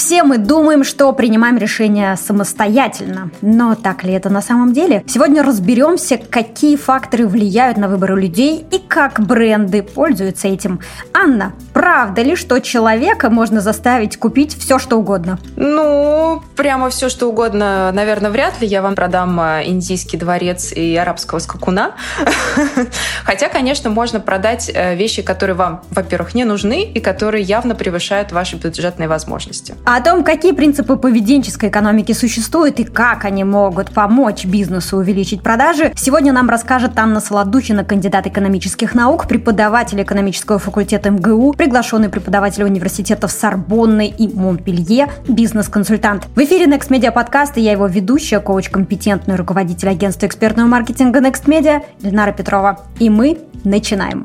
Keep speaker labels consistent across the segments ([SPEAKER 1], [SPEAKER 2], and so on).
[SPEAKER 1] Все мы думаем, что принимаем решения самостоятельно. Но так ли это на самом деле? Сегодня разберемся, какие факторы влияют на выборы людей и как бренды пользуются этим. Анна, правда ли, что человека можно заставить купить все, что угодно?
[SPEAKER 2] Прямо все, что угодно, наверное, вряд ли. Я вам продам индийский дворец и арабского скакуна. Хотя, конечно, можно продать вещи, которые вам, во-первых, не нужны и которые явно превышают ваши бюджетные возможности.
[SPEAKER 1] О том, какие принципы поведенческой экономики существуют и как они могут помочь бизнесу увеличить продажи, сегодня нам расскажет Анна Солодухина, кандидат экономических наук, преподаватель экономического факультета МГУ, приглашенный преподаватель университетов Сорбонны и Монпелье, бизнес-консультант. В эфире Next Media подкаст, и я его ведущая, коуч-компетентный руководитель агентства экспертного маркетинга Next Media Ильнара Петрова. И мы начинаем.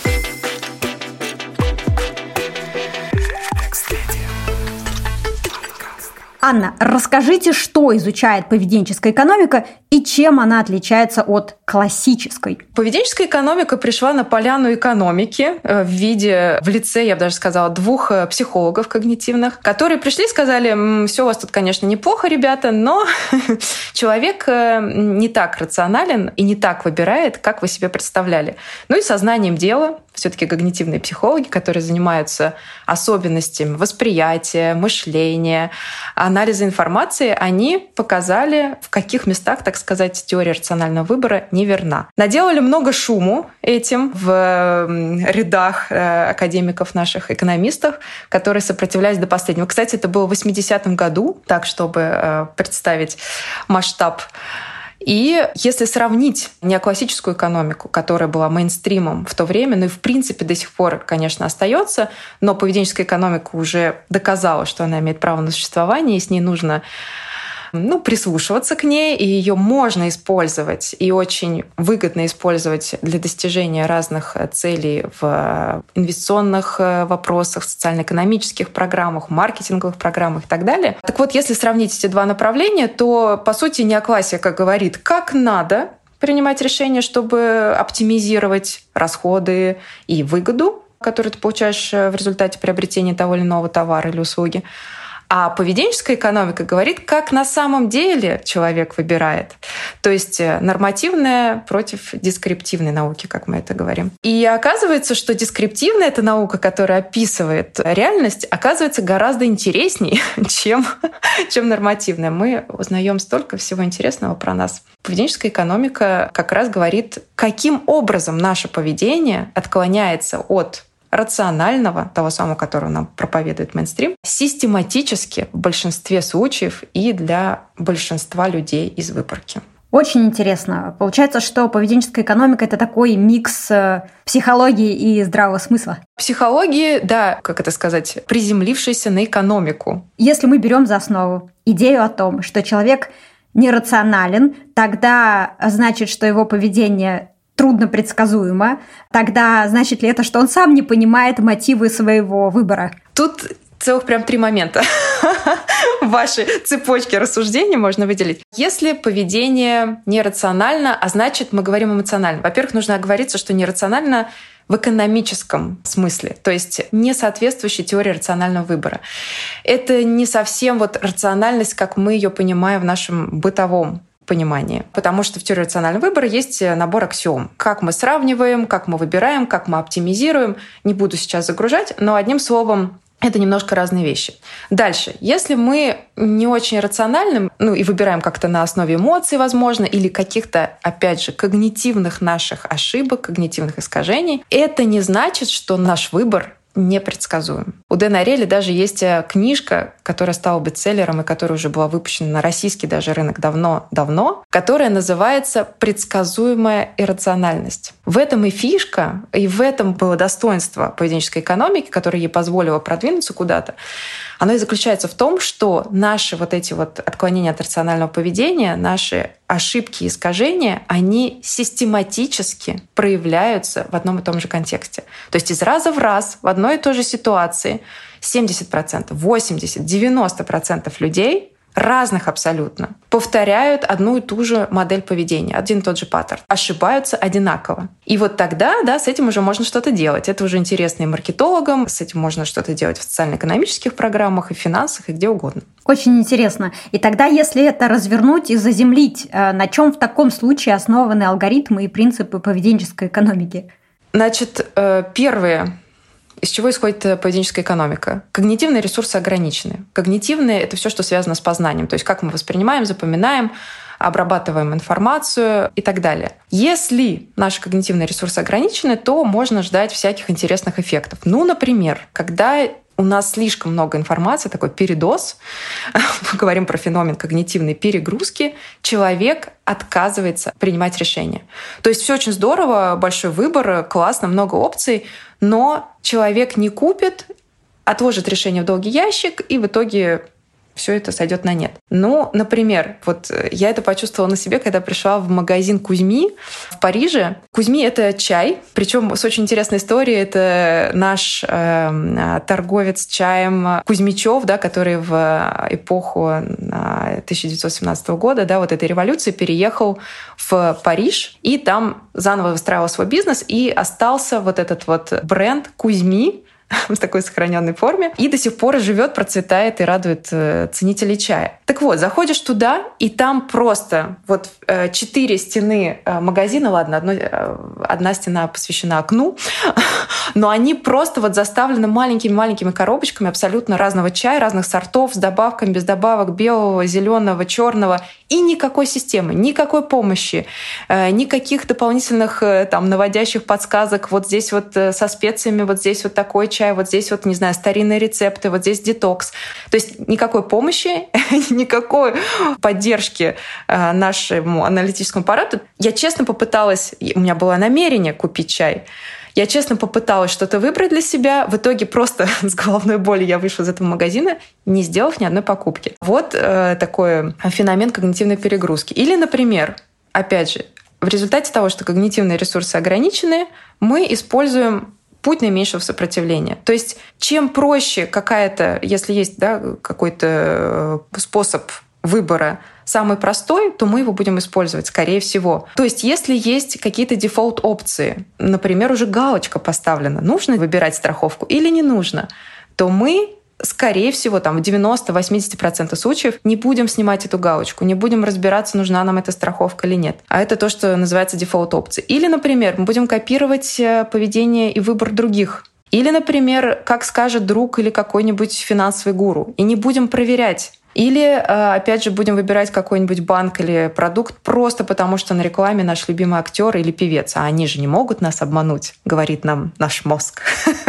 [SPEAKER 1] Анна, расскажите, что изучает поведенческая экономика и чем она отличается от классической?
[SPEAKER 2] Поведенческая экономика пришла на поляну экономики в лице, я бы даже сказала, двух психологов когнитивных, которые пришли и сказали: все у вас тут, конечно, неплохо, ребята, но человек не так рационален и не так выбирает, как вы себе представляли. И сознанием дела, все-таки когнитивные психологи, которые занимаются особенностями восприятия, мышления, анализа информации, они показали, в каких местах, так сказать, теория рационального выбора неверна. Наделали много шуму этим в рядах академиков наших, экономистов, которые сопротивлялись до последнего. Кстати, это было в 80-м году, так, чтобы представить масштаб. И если сравнить неоклассическую экономику, которая была мейнстримом в то время, и в принципе до сих пор, конечно, остается, но поведенческая экономика уже доказала, что она имеет право на существование, и с ней нужно прислушиваться к ней, и ее можно использовать, и очень выгодно использовать для достижения разных целей в инвестиционных вопросах, в социально-экономических программах, маркетинговых программах и так далее. Так вот, если сравнить эти два направления, то, по сути, неоклассика говорит, как надо принимать решения, чтобы оптимизировать расходы и выгоду, которую ты получаешь в результате приобретения того или иного товара или услуги. А поведенческая экономика говорит, как на самом деле человек выбирает. То есть нормативная против дескриптивной науки, как мы это говорим. И оказывается, что дескриптивная — это наука, которая описывает реальность, оказывается гораздо интереснее, чем нормативная. Мы узнаем столько всего интересного про нас. Поведенческая экономика как раз говорит, каким образом наше поведение отклоняется от рационального, того самого, которого нам проповедует мейнстрим, систематически в большинстве случаев и для большинства людей из выборки.
[SPEAKER 1] Очень интересно. Получается, что поведенческая экономика — это такой микс психологии и здравого смысла.
[SPEAKER 2] Психологии, да, приземлившейся на экономику.
[SPEAKER 1] Если мы берем за основу идею о том, что человек нерационален, тогда значит, что его поведение трудно предсказуемо, тогда значит ли это, что он сам не понимает мотивы своего выбора?
[SPEAKER 2] Тут целых прям 3 момента в вашей цепочке рассуждений можно выделить. Если поведение нерационально, а значит, мы говорим эмоционально. Во-первых, нужно оговориться, что нерационально в экономическом смысле, то есть не соответствующей теории рационального выбора. Это не совсем рациональность, как мы ее понимаем в нашем бытовом понимании. Потому что в теории рационального выбора есть набор аксиом. Как мы сравниваем, как мы выбираем, как мы оптимизируем. Не буду сейчас загружать, но одним словом, это немножко разные вещи. Дальше. Если мы не очень рациональны, и выбираем как-то на основе эмоций, возможно, или каких-то, опять же, когнитивных наших ошибок, когнитивных искажений, это не значит, что наш выбор непредсказуем. У Дэна Ареля даже есть книжка, которая стала бестселлером и которая уже была выпущена на российский даже рынок давно-давно, которая называется «Предсказуемая иррациональность». В этом и фишка, и в этом было достоинство поведенческой экономики, которое ей позволило продвинуться куда-то. Оно и заключается в том, что наши эти отклонения от рационального поведения, наши ошибки и искажения, они систематически проявляются в одном и том же контексте. То есть из раза в раз в одной и той же ситуации 70%, 80%, 90% людей разных абсолютно, повторяют одну и ту же модель поведения, один и тот же паттерн, ошибаются одинаково. И вот тогда, да, с этим уже можно что-то делать. Это уже интересно и маркетологам, с этим можно что-то делать в социально-экономических программах, и в финансах, и где угодно.
[SPEAKER 1] Очень интересно. И тогда, если это развернуть и заземлить, на чем в таком случае основаны алгоритмы и принципы поведенческой экономики?
[SPEAKER 2] Значит, первые, из чего исходит поведенческая экономика? Когнитивные ресурсы ограничены. Когнитивные — это все, что связано с познанием, то есть как мы воспринимаем, запоминаем, обрабатываем информацию и так далее. Если наши когнитивные ресурсы ограничены, то можно ждать всяких интересных эффектов. Ну, например, когда у нас слишком много информации, такой передоз, мы говорим про феномен когнитивной перегрузки, человек отказывается принимать решения. То есть все очень здорово, большой выбор, классно, много опций, но человек не купит, отложит решение в долгий ящик, и в итоге все это сойдет на нет. Ну, например, вот я это почувствовала на себе, когда пришла в магазин Кузьми в Париже. Кузьми — это чай, причем с очень интересной историей. Это наш торговец чаем Кузьмичев, да, который в эпоху 1917 года, да, вот этой революции, переехал в Париж и там заново выстраивал свой бизнес, и остался вот этот вот бренд Кузьми в такой сохраненной форме, и до сих пор живет, процветает и радует ценителей чая. Так вот, заходишь туда, и там просто вот 4 стены магазина, ладно, одна стена посвящена окну, но они просто вот заставлены маленькими-маленькими коробочками абсолютно разного чая, разных сортов, с добавками, без добавок, белого, зеленого, черного, и никакой системы, никакой помощи, никаких дополнительных там наводящих подсказок. Вот здесь вот со специями, вот здесь вот такой чай, вот здесь вот, не знаю, старинные рецепты, вот здесь детокс. То есть никакой помощи, никакой поддержки нашему аналитическому аппарату. Я честно попыталась, у меня было намерение купить чай, я честно попыталась что-то выбрать для себя. В итоге просто с головной болью я вышла из этого магазина, не сделав ни одной покупки. Вот такой феномен когнитивной перегрузки. Или, например, опять же, в результате того, что когнитивные ресурсы ограничены, мы используем путь наименьшего сопротивления. То есть чем проще какая-то, если есть, да, какой-то способ выбора, самый простой, то мы его будем использовать, скорее всего. То есть если есть какие-то дефолт-опции, например, уже галочка поставлена, нужно выбирать страховку или не нужно, то мы, скорее всего, там, в 90-80% случаев не будем снимать эту галочку, не будем разбираться, нужна нам эта страховка или нет. А это то, что называется дефолт-опции. Или, например, мы будем копировать поведение и выбор других. Или, например, как скажет друг или какой-нибудь финансовый гуру, и не будем проверять. Или, опять же, будем выбирать какой-нибудь банк или продукт просто потому, что на рекламе наш любимый актер или певец. А они же не могут нас обмануть, говорит нам наш мозг.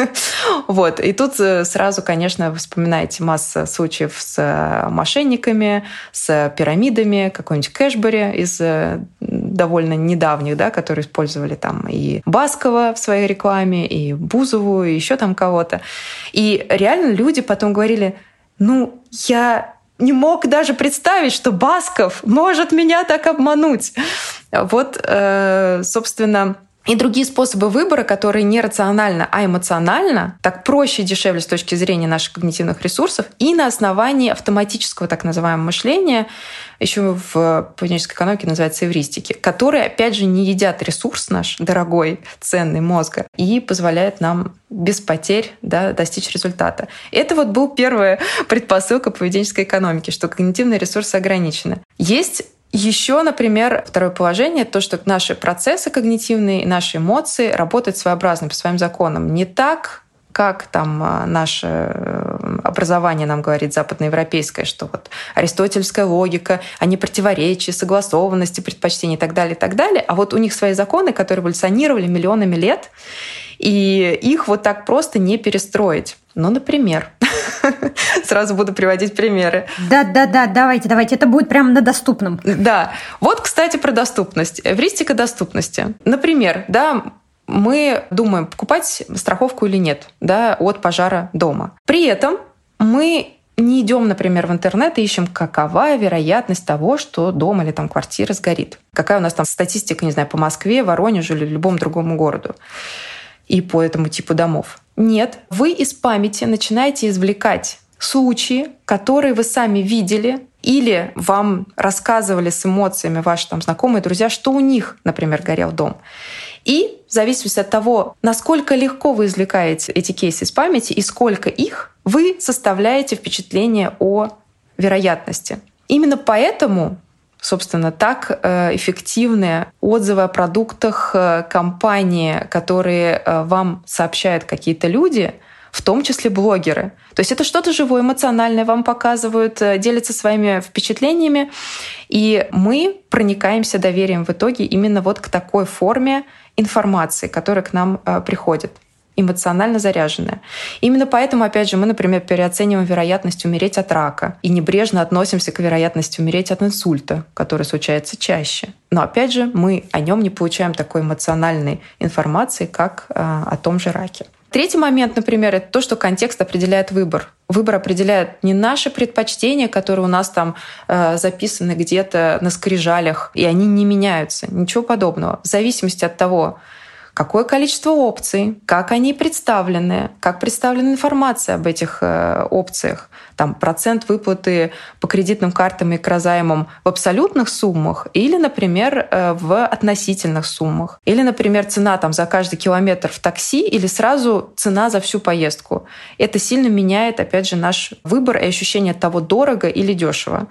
[SPEAKER 2] Вот. И тут сразу, конечно, вспоминаете массу случаев с мошенниками, с пирамидами, какой-нибудь Кэшбери из довольно недавних, да, которые использовали там и Баскова в своей рекламе, и Бузову, и еще там кого-то. И реально люди потом говорили: ну, я не мог даже представить, что Басков может меня так обмануть. Вот, собственно, и другие способы выбора, которые не рационально, а эмоционально, так проще и дешевле с точки зрения наших когнитивных ресурсов, и на основании автоматического так называемого мышления, еще в поведенческой экономике называется эвристики, которые, опять же, не едят ресурс наш дорогой, ценный мозга и позволяют нам без потерь, да, достичь результата. Это вот была первая предпосылка поведенческой экономики, что когнитивные ресурсы ограничены. Есть еще, например, второе положение, то, что наши процессы когнитивные, наши эмоции работают своеобразно по своим законам. Не так, как там наше образование нам говорит, западноевропейское, что вот аристотельская логика, они противоречия, согласованности, предпочтения и так далее, а вот у них свои законы, которые эволюционировали миллионами лет, и их вот так просто не перестроить. Ну, например, сразу буду приводить примеры.
[SPEAKER 1] Да, давайте, это будет прямо на доступном.
[SPEAKER 2] Да, вот, кстати, про доступность. Эвристика доступности. Например, да, мы думаем, покупать страховку или нет, да, от пожара дома. При этом мы не идем, например, в интернет и ищем, какова вероятность того, что дом или там квартира сгорит. Какая у нас там статистика, не знаю, по Москве, Воронежу или любому другому городу и по этому типу домов. Нет, вы из памяти начинаете извлекать случаи, которые вы сами видели Или вам рассказывали с эмоциями ваши знакомые, друзья, что у них, например, горел дом. И в зависимости от того, насколько легко вы извлекаете эти кейсы из памяти и сколько их, вы составляете впечатление о вероятности. Именно поэтому, собственно, так эффективны отзывы о продуктах компании, которые вам сообщают какие-то люди, в том числе блогеры. То есть это что-то живое, эмоциональное, вам показывают, делятся своими впечатлениями. И мы проникаемся доверием в итоге именно к такой форме информации, которая к нам приходит, эмоционально заряженная. Именно поэтому, опять же, мы, например, переоцениваем вероятность умереть от рака и небрежно относимся к вероятности умереть от инсульта, который случается чаще. Но, опять же, мы о нем не получаем такой эмоциональной информации, как о том же раке. Третий момент, например, это то, что контекст определяет выбор. Выбор определяет не наши предпочтения, которые у нас записаны где-то на скрижалях, и они не меняются. Ничего подобного. В зависимости от того, какое количество опций, как они представлены, как представлена информация об этих опциях, процент выплаты по кредитным картам и микрозаймам в абсолютных суммах или, например, в относительных суммах. Или, например, цена за каждый километр в такси или сразу цена за всю поездку. Это сильно меняет, опять же, наш выбор и ощущение того, дорого или дешево.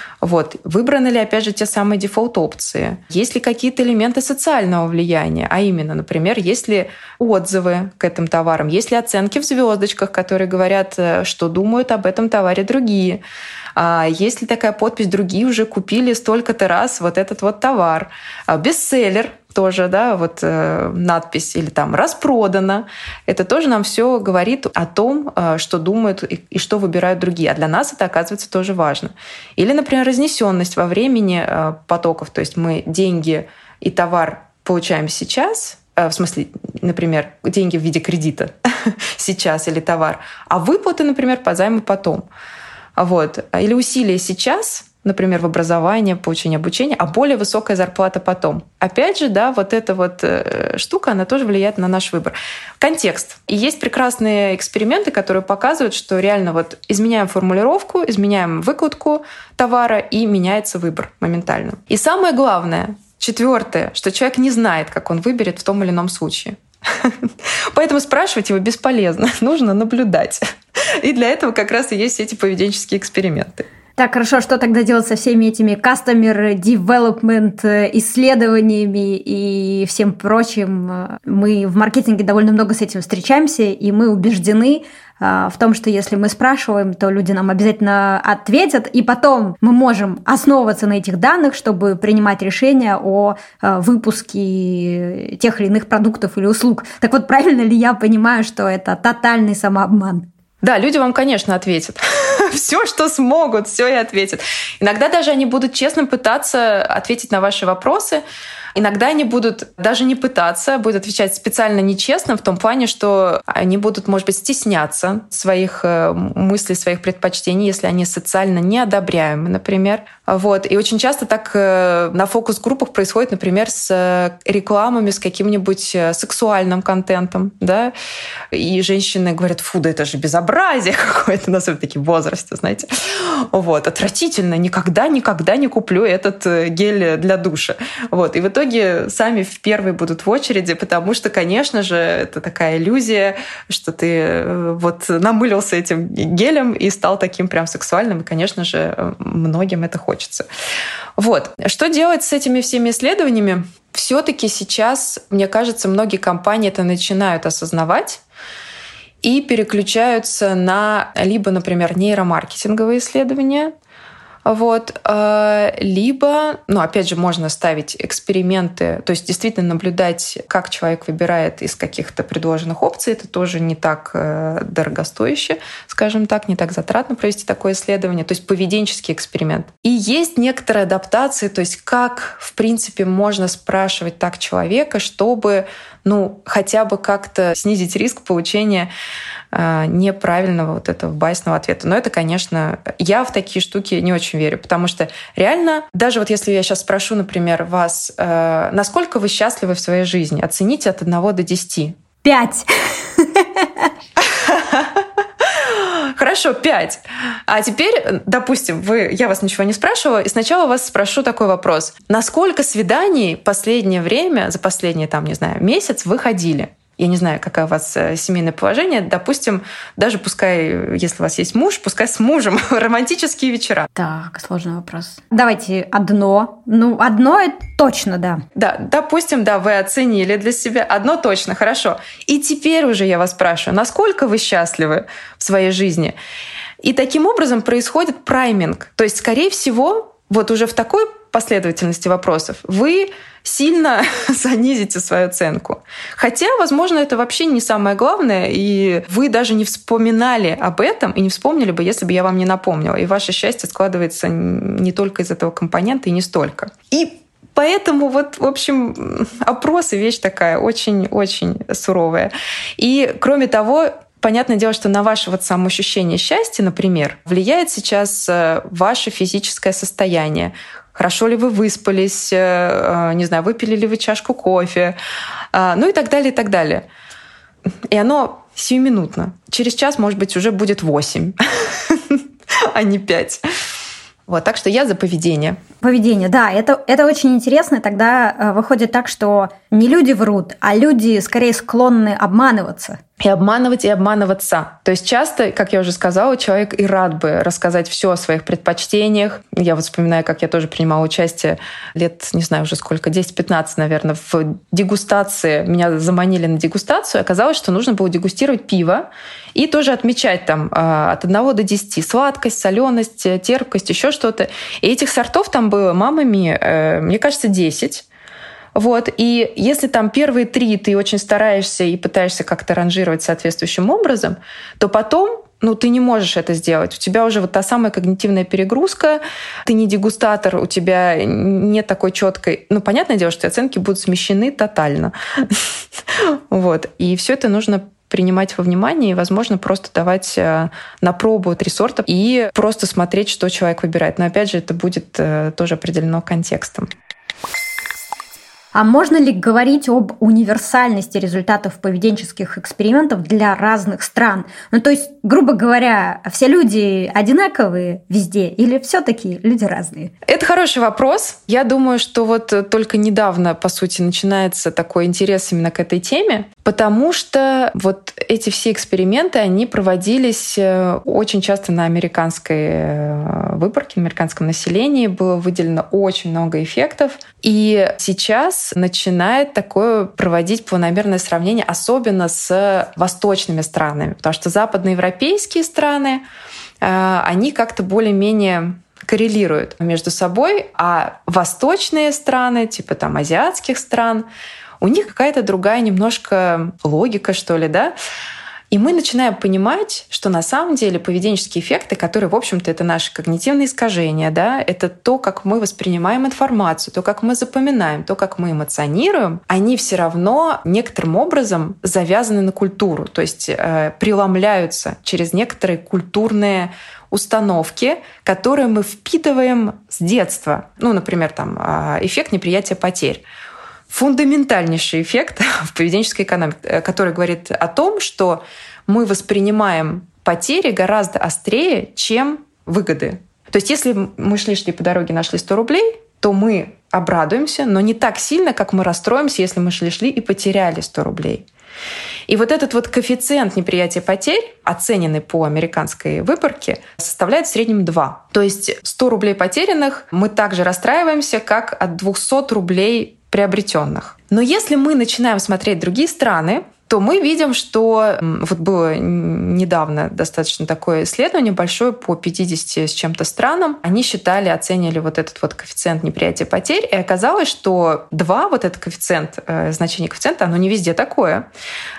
[SPEAKER 2] Выбраны ли, опять же, те самые дефолт-опции? Есть ли какие-то элементы социального влияния? А именно, например, есть ли отзывы к этим товарам? Есть ли оценки в звездочках, которые говорят, что думают об этом товаре другие? Есть ли такая подпись «Другие уже купили столько-то раз этот товар»? Бестселлер тоже, надпись, или распродано. Это тоже нам все говорит о том, что думают и что выбирают другие. А для нас это, оказывается, тоже важно. Или, например, разнесенность во времени потоков. То есть мы деньги и товар получаем сейчас, в смысле, например, деньги в виде кредита сейчас или товар, а выплаты, например, по займу потом. Или усилия сейчас, например, в образовании, получении обучения, а более высокая зарплата потом. Опять же, эта штука, она тоже влияет на наш выбор. Контекст. И есть прекрасные эксперименты, которые показывают, что реально изменяем формулировку, изменяем выкладку товара, и меняется выбор моментально. И самое главное, четвертое, что человек не знает, как он выберет в том или ином случае. Поэтому спрашивать его бесполезно, нужно наблюдать. И для этого как раз и есть эти поведенческие эксперименты.
[SPEAKER 1] Так, хорошо, что тогда делать со всеми этими customer development исследованиями и всем прочим? Мы в маркетинге довольно много с этим встречаемся, и мы убеждены в том, что если мы спрашиваем, то люди нам обязательно ответят, и потом мы можем основываться на этих данных, чтобы принимать решения о выпуске тех или иных продуктов или услуг. Так вот, правильно ли я понимаю, что это тотальный самообман?
[SPEAKER 2] Да, люди вам, конечно, ответят. Все, что смогут, все и ответят. Иногда даже они будут честно пытаться ответить на ваши вопросы. Иногда они будут даже не пытаться, будут отвечать специально нечестно в том плане, что они будут, может быть, стесняться своих мыслей, своих предпочтений, если они социально неодобряемы, например. И очень часто так на фокус-группах происходит, например, с рекламами, с каким-нибудь сексуальным контентом, да, и женщины говорят: фу, да это же безобразие какое-то, особенно в таком возрасте, знаете. Отвратительно, никогда не куплю этот гель для душа. И в итоге сами в первые будут в очереди, потому что, конечно же, это такая иллюзия, что ты намылился этим гелем и стал таким прям сексуальным, и, конечно же, многим это хочется. Что делать с этими всеми исследованиями? Все-таки сейчас, мне кажется, многие компании это начинают осознавать и переключаются на либо, например, нейромаркетинговые исследования, либо, опять же, можно ставить эксперименты, то есть действительно наблюдать, как человек выбирает из каких-то предложенных опций. Это тоже не так дорогостояще, скажем так, не так затратно провести такое исследование, то есть поведенческий эксперимент. И есть некоторые адаптации, то есть как, в принципе, можно спрашивать так человека, чтобы хотя бы как-то снизить риск получения неправильного этого байсного ответа. Но это, конечно, я в такие штуки не очень верю, потому что реально, даже если я сейчас спрошу, например, вас, насколько вы счастливы в своей жизни, оцените от 1 до 10.
[SPEAKER 1] 5.
[SPEAKER 2] Хорошо, 5. А теперь, допустим, я вас ничего не спрашивала, и сначала вас спрошу такой вопрос. На сколько свиданий последнее время, за последние, там, не знаю, месяц вы ходили? Я не знаю, какое у вас семейное положение. Допустим, даже пускай, если у вас есть муж, пускай с мужем романтические вечера.
[SPEAKER 1] Так, сложный вопрос. Давайте одно. Одно это точно, да.
[SPEAKER 2] Да, допустим, да, вы оценили для себя. Одно точно, хорошо. И теперь уже я вас спрашиваю, насколько вы счастливы в своей жизни? И таким образом происходит прайминг. То есть, скорее всего, вот уже в такой последовательности вопросов вы сильно занизите свою оценку. Хотя, возможно, это вообще не самое главное, и вы даже не вспоминали об этом, и не вспомнили бы, если бы я вам не напомнила. И ваше счастье складывается не только из этого компонента, и не столько. И поэтому в общем, опросы — вещь такая очень-очень суровая. И, кроме того, понятное дело, что на ваше самоощущение счастья, например, влияет сейчас ваше физическое состояние. Хорошо ли вы выспались, не знаю, выпили ли вы чашку кофе, и так далее, и так далее. И оно сиюминутно. Через час, может быть, уже будет 8, а не 5. Вот, так что я за поведение.
[SPEAKER 1] Поведение, да, это очень интересно. Тогда выходит так, что не люди врут, а люди скорее склонны обманываться.
[SPEAKER 2] И обманывать, и обманываться. То есть часто, как я уже сказала, человек и рад бы рассказать все о своих предпочтениях. Я вот вспоминаю, как я тоже принимала участие лет, не знаю уже сколько, 10-15, наверное, в дегустации. Меня заманили на дегустацию. Оказалось, что нужно было дегустировать пиво и тоже отмечать там от 1 до 10 сладкость, соленость, терпкость, еще что-то. И этих сортов там было, мама мия, мне кажется, 10. Вот. И если там первые 3 ты очень стараешься и пытаешься как-то ранжировать соответствующим образом, то потом ты не можешь это сделать. У тебя уже вот та самая когнитивная перегрузка, ты не дегустатор, у тебя нет такой четкой... понятное дело, что оценки будут смещены тотально. Вот. И все это нужно принимать во внимание и, возможно, просто давать на пробу 3 сорта и просто смотреть, что человек выбирает. Но, опять же, это будет тоже определено контекстом.
[SPEAKER 1] А можно ли говорить об универсальности результатов поведенческих экспериментов для разных стран? То есть, грубо говоря, все люди одинаковые везде или все-таки люди разные?
[SPEAKER 2] Это хороший вопрос. Я думаю, что вот только недавно, по сути, начинается такой интерес именно к этой теме, потому что вот эти все эксперименты, они проводились очень часто на американской выборке, на американском населении. Было выделено очень много эффектов. И сейчас начинает такое проводить планомерное сравнение, особенно с восточными странами, потому что западноевропейские страны, они как-то более-менее коррелируют между собой, а восточные страны, типа там азиатских стран, у них какая-то другая немножко логика, что ли, да? И мы начинаем понимать, что на самом деле поведенческие эффекты, которые, в общем-то, это наши когнитивные искажения, да, это то, как мы воспринимаем информацию, то, как мы запоминаем, то, как мы эмоционируем, они все равно некоторым образом завязаны на культуру, то есть преломляются через некоторые культурные установки, которые мы впитываем с детства. Например, там, эффект неприятия потерь. Фундаментальнейший эффект в поведенческой экономике, который говорит о том, что мы воспринимаем потери гораздо острее, чем выгоды. То есть если мы шли по дороге, нашли 100 рублей, то мы обрадуемся, но не так сильно, как мы расстроимся, если мы шли и потеряли 100 рублей. И вот этот вот коэффициент неприятия потерь, оцененный по американской выборке, составляет в среднем 2. То есть 100 рублей потерянных мы также расстраиваемся, как от 200 рублей приобретенных. Но если мы начинаем смотреть другие страны, то мы видим, что вот было недавно достаточно такое исследование большое по 50 с чем-то странам. Они считали, оценили вот этот вот коэффициент неприятия потерь, и оказалось, что 2, вот этот коэффициент, значение коэффициента, оно не везде такое.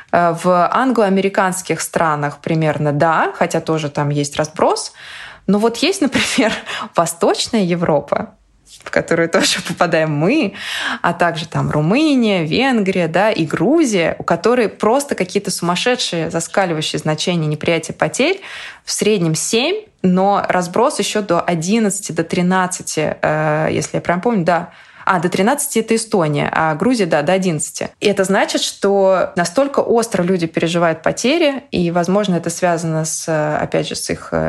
[SPEAKER 2] В англоамериканских странах примерно да, хотя тоже там есть разброс. Но вот есть, например, Восточная Европа, в которую тоже попадаем мы, а также там Румыния, Венгрия, да, и Грузия, у которой просто какие-то сумасшедшие, заскаливающие значения неприятия потерь, в среднем 7, но разброс еще до 11, до 13, если я прям помню, да, До 13 это Эстония, а Грузия, да, до 11. И это значит, что настолько остро люди переживают потери, и, возможно, это связано опять же, с их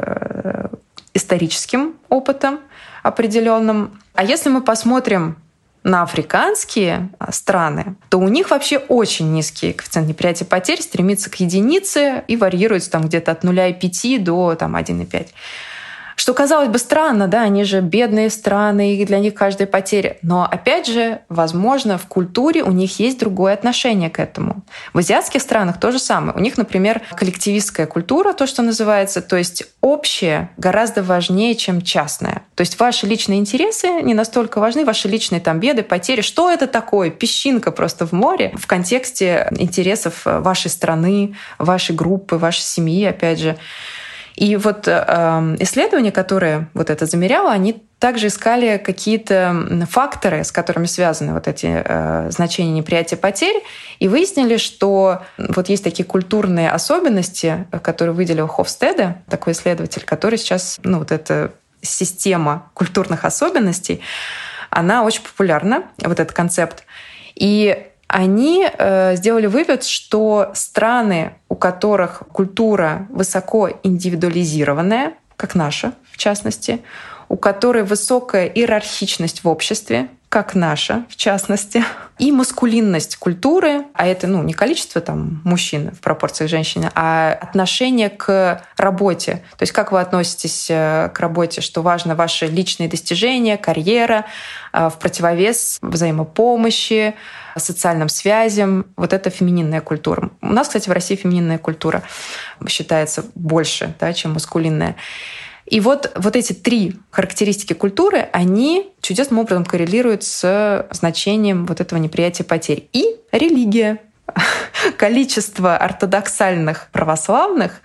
[SPEAKER 2] историческим опытом определенным. А если мы посмотрим на африканские страны, то у них вообще очень низкий коэффициент неприятия потерь, стремится к единице и варьируется там где-то от 0,5 до 1,5. Что, казалось бы, странно, да, они же бедные страны, и для них каждая потеря. Но, опять же, возможно, в культуре у них есть другое отношение к этому. В азиатских странах то же самое. У них, например, коллективистская культура, то, что называется, то есть общее гораздо важнее, чем частное. То есть ваши личные интересы не настолько важны, ваши личные там беды, потери. Что это такое? Песчинка просто в море в контексте интересов вашей страны, вашей группы, вашей семьи, опять же. И вот исследования, которые вот это замеряло, они также искали какие-то факторы, с которыми связаны вот эти значения неприятия потерь, и выяснили, что вот есть такие культурные особенности, которые выделил Хофстеде, такой исследователь, который сейчас, вот эта система культурных особенностей, она очень популярна, вот этот концепт. И они сделали вывод, что страны, у которых культура высоко индивидуализированная, как наша, в частности, у которой высокая иерархичность в обществе, как наша, в частности, и маскулинность культуры, а это не количество там мужчин в пропорциях женщин, а отношение к работе. То есть как вы относитесь к работе, что важно ваши личные достижения, карьера, в противовес взаимопомощи, социальным связям. Вот это фемининная культура. У нас, кстати, в России фемининная культура считается больше, да, чем маскулинная. И вот эти 3 характеристики культуры, они чудесным образом коррелируют с значением вот этого неприятия потерь. И религия. Количество ортодоксальных православных,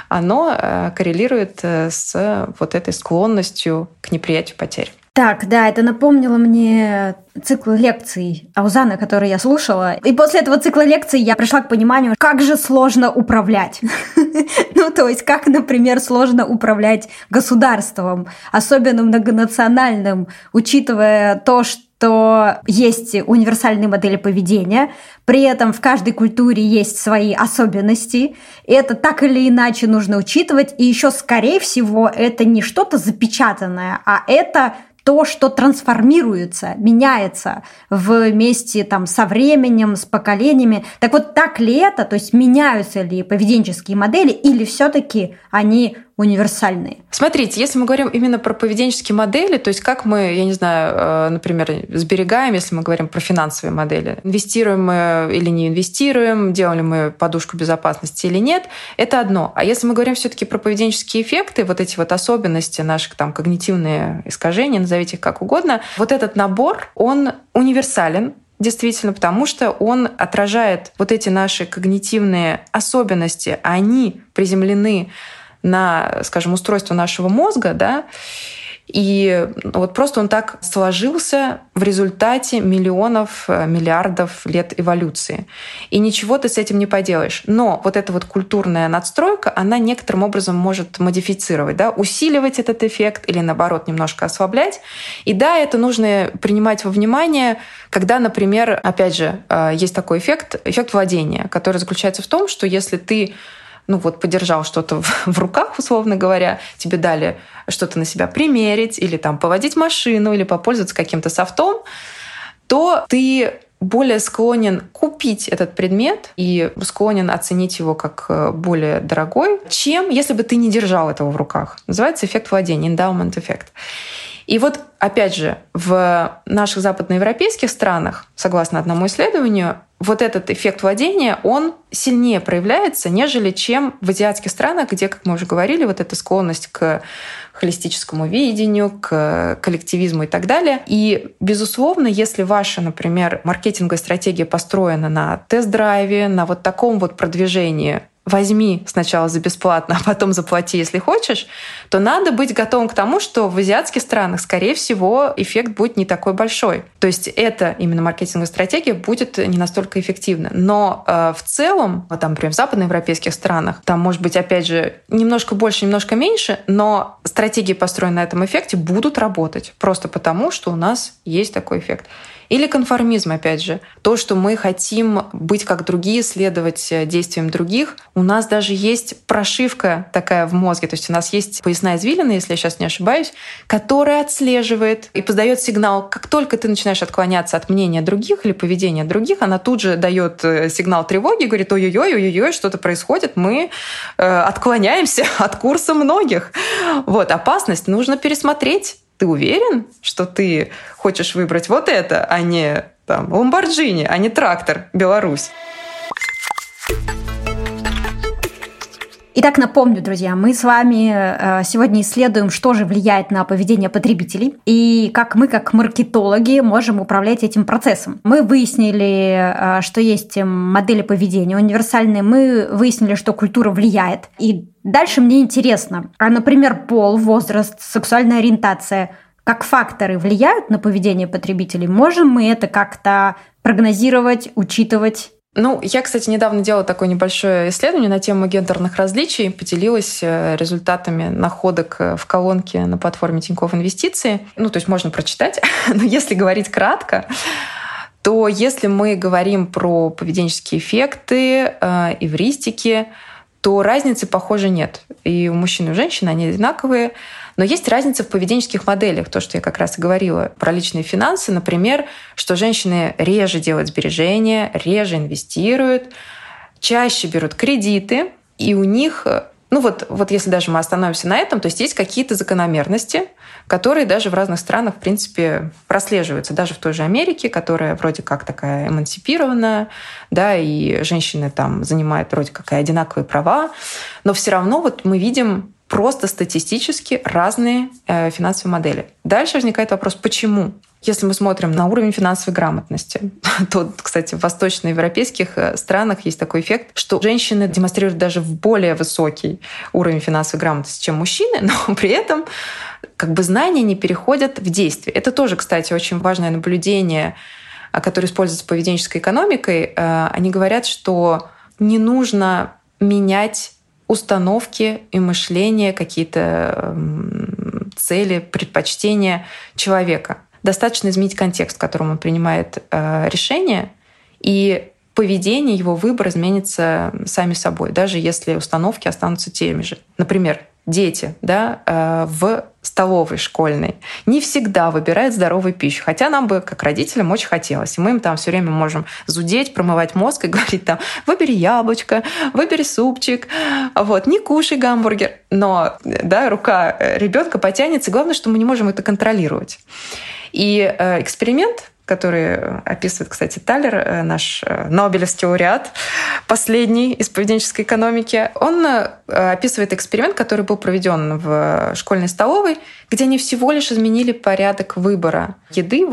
[SPEAKER 2] оно коррелирует с вот этой склонностью к неприятию потерь.
[SPEAKER 1] Так, да, это напомнило мне цикл лекций Аузаны, который я слушала. И после этого цикла лекций я пришла к пониманию, как же сложно управлять. То есть, как, например, сложно управлять государством, особенно многонациональным, учитывая то, что есть универсальные модели поведения, при этом в каждой культуре есть свои особенности, и это так или иначе нужно учитывать, и еще, скорее всего, это не что-то запечатанное, а это то, что трансформируется, меняется вместе со временем, с поколениями. Так вот, так ли это? То есть меняются ли поведенческие модели или все-таки они универсальные?
[SPEAKER 2] Смотрите, если мы говорим именно про поведенческие модели, то есть как мы, я не знаю, например, сберегаем, если мы говорим про финансовые модели, инвестируем мы или не инвестируем, делали мы подушку безопасности или нет, это одно. А если мы говорим все-таки про поведенческие эффекты, вот эти вот особенности, наши когнитивные искажения, назовите их как угодно, вот этот набор, он универсален, действительно, потому что он отражает вот эти наши когнитивные особенности, они приземлены на, скажем, устройство нашего мозга, да, и вот просто он так сложился в результате миллионов, миллиардов лет эволюции. И ничего ты с этим не поделаешь. Но вот эта вот культурная надстройка, она некоторым образом может модифицировать, да, усиливать этот эффект или, наоборот, немножко ослаблять. И да, это нужно принимать во внимание, когда, например, опять же, есть такой эффект владения, который заключается в том, что если ты подержал что-то в руках, условно говоря, тебе дали что-то на себя примерить или поводить машину, или попользоваться каким-то софтом, то ты более склонен купить этот предмет и склонен оценить его как более дорогой, чем если бы ты не держал этого в руках. Называется эффект владения, endowment эффект. И вот, опять же, в наших западноевропейских странах, согласно одному исследованию, вот этот эффект владения, он сильнее проявляется, нежели чем в азиатских странах, где, как мы уже говорили, вот эта склонность к холистическому видению, к коллективизму и так далее. И, безусловно, если ваша, например, маркетинговая стратегия построена на тест-драйве, на вот таком вот продвижении возьми сначала за бесплатно, а потом заплати, если хочешь, то надо быть готовым к тому, что в азиатских странах, скорее всего, эффект будет не такой большой. То есть это именно маркетинговая стратегия будет не настолько эффективна. Но в целом, там, например, в западноевропейских странах, там, может быть, опять же, немножко больше, немножко меньше, но стратегии, построенные на этом эффекте, будут работать. Просто потому, что у нас есть такой эффект. Или конформизм, опять же. То, что мы хотим быть как другие, следовать действиям других. У нас даже есть прошивка такая в мозге. То есть у нас есть поясная извилина, если я сейчас не ошибаюсь, которая отслеживает и подает сигнал. Как только ты начинаешь отклоняться от мнения других или поведения других, она тут же дает сигнал тревоги, говорит: ой-ой-ой, что-то происходит, мы отклоняемся от курса многих. Вот, опасность нужно пересмотреть. Ты уверен, что ты хочешь выбрать вот это, а не там Lamborghini, а не трактор Беларусь?
[SPEAKER 1] Итак, напомню, друзья, мы с вами сегодня исследуем, что же влияет на поведение потребителей и как мы, как маркетологи, можем управлять этим процессом. Мы выяснили, что есть модели поведения универсальные, мы выяснили, что культура влияет. И дальше мне интересно, например, пол, возраст, сексуальная ориентация, как факторы влияют на поведение потребителей? Можем мы это как-то прогнозировать, учитывать?
[SPEAKER 2] Я, кстати, недавно делала такое небольшое исследование на тему гендерных различий, поделилась результатами находок в колонке на платформе Тинькофф Инвестиции. То есть можно прочитать, но если говорить кратко, то если мы говорим про поведенческие эффекты, эвристики, то разницы, похоже, нет. И у мужчин и у женщин они одинаковые. Но есть разница в поведенческих моделях, то, что я как раз и говорила про личные финансы. Например, что женщины реже делают сбережения, реже инвестируют, чаще берут кредиты, и у них... Вот если даже мы остановимся на этом, то есть какие-то закономерности, которые даже в разных странах, в принципе, прослеживаются. Даже в той же Америке, которая вроде как такая эмансипированная, да, и женщины там занимают вроде как и одинаковые права, но все равно мы видим просто статистически разные финансовые модели. Дальше возникает вопрос, почему? Если мы смотрим на уровень финансовой грамотности, то, кстати, в восточноевропейских странах есть такой эффект, что женщины демонстрируют даже более высокий уровень финансовой грамотности, чем мужчины, но при этом знания не переходят в действие. Это тоже, кстати, очень важное наблюдение, которое используется поведенческой экономикой. Они говорят, что не нужно менять установки и мышление, какие-то цели, предпочтения человека. Достаточно изменить контекст, в котором он принимает решение, и поведение, его выбор изменится сами собой, даже если установки останутся теми же. Например, дети в столовой школьной не всегда выбирают здоровую пищу, хотя нам бы, как родителям, очень хотелось. И мы им там все время можем зудеть, промывать мозг и говорить там: выбери яблочко, выбери супчик, не кушай гамбургер. Но рука ребенка потянется, и главное, что мы не можем это контролировать. И эксперимент, который описывает, кстати, Талер, наш нобелевский лауреат, последний из поведенческой экономики, он описывает эксперимент, который был проведен в школьной столовой, где они всего лишь изменили порядок выбора еды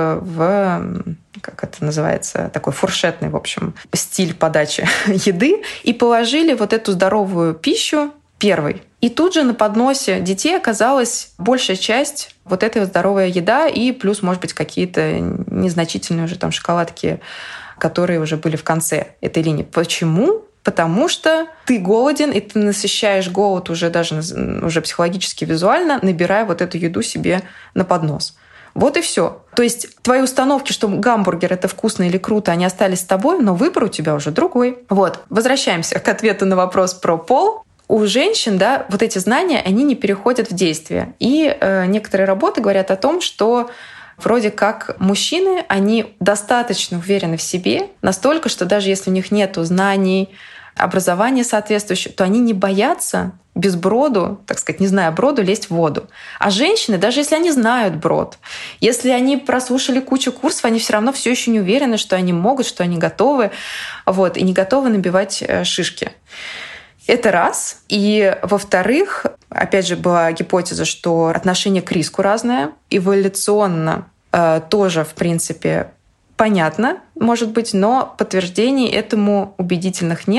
[SPEAKER 2] в, как это называется, такой фуршетный, в общем, стиль подачи еды, и положили эту здоровую пищу первой. И тут же на подносе детей оказалась большая часть этой здоровая еда и плюс, может быть, какие-то незначительные уже там шоколадки, которые уже были в конце этой линии. Почему? Потому что ты голоден, и ты насыщаешь голод уже даже уже психологически, визуально, набирая эту еду себе на поднос. Вот и все. То есть твои установки, что гамбургер — это вкусно или круто, они остались с тобой, но выбор у тебя уже другой. Возвращаемся к ответу на вопрос про пол. У женщин, эти знания, они не переходят в действие. И некоторые работы говорят о том, что вроде как мужчины, они достаточно уверены в себе, настолько, что даже если у них нет знаний, образования соответствующего, то они не боятся без броду, так сказать, не зная броду, лезть в воду. А женщины, даже если они знают брод, если они прослушали кучу курсов, они все равно все еще не уверены, что они могут, что они готовы, и не готовы набивать шишки. Это раз. И, во-вторых, опять же, была гипотеза, что отношение к риску разное. Эволюционно тоже, в принципе, понятно, может быть, но подтверждений этому убедительных нету.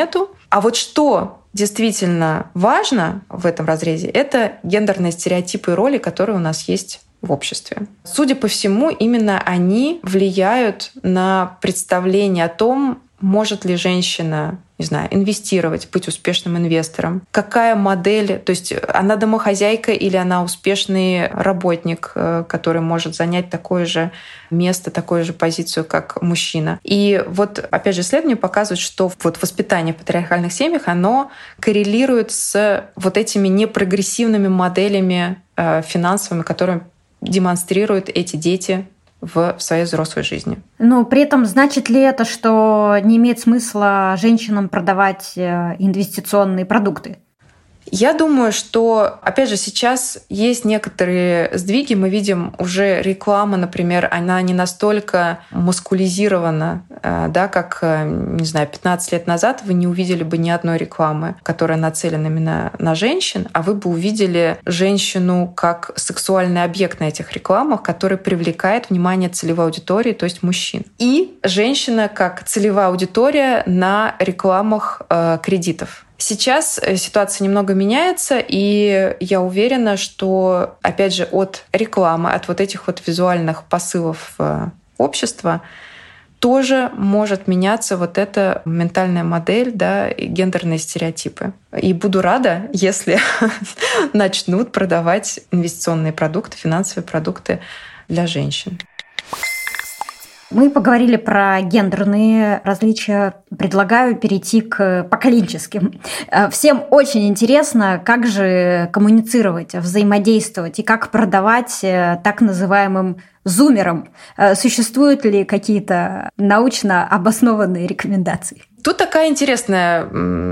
[SPEAKER 2] А вот что действительно важно в этом разрезе — это гендерные стереотипы и роли, которые у нас есть в обществе. Судя по всему, именно они влияют на представление о том, может ли женщина, не знаю, инвестировать, быть успешным инвестором, какая модель, то есть она домохозяйка или она успешный работник, который может занять такое же место, такую же позицию, как мужчина. И вот, опять же, исследования показывают, что вот воспитание в патриархальных семьях, оно коррелирует с вот этими непрогрессивными моделями финансовыми, которые демонстрируют эти дети в своей взрослой жизни.
[SPEAKER 1] Но при этом значит ли это, что не имеет смысла женщинам продавать инвестиционные продукты?
[SPEAKER 2] Я думаю, что, опять же, сейчас есть некоторые сдвиги. Мы видим уже реклама, например, она не настолько маскулизирована, да, как, не знаю, 15 лет назад вы не увидели бы ни одной рекламы, которая нацелена именно на женщин, а вы бы увидели женщину как сексуальный объект на этих рекламах, который привлекает внимание целевой аудитории, то есть мужчин. И женщина как целевая аудитория на рекламах кредитов. Сейчас ситуация немного меняется, и я уверена, что, опять же, от рекламы, от вот этих вот визуальных посылов общества тоже может меняться вот эта ментальная модель, да, и гендерные стереотипы. И буду рада, если начнут продавать инвестиционные продукты, финансовые продукты для женщин.
[SPEAKER 1] Мы поговорили про гендерные различия. Предлагаю перейти к поколенческим. Всем очень интересно, как же коммуницировать, взаимодействовать и как продавать так называемым зумерам. Существуют ли какие-то научно обоснованные рекомендации?
[SPEAKER 2] Тут такая интересная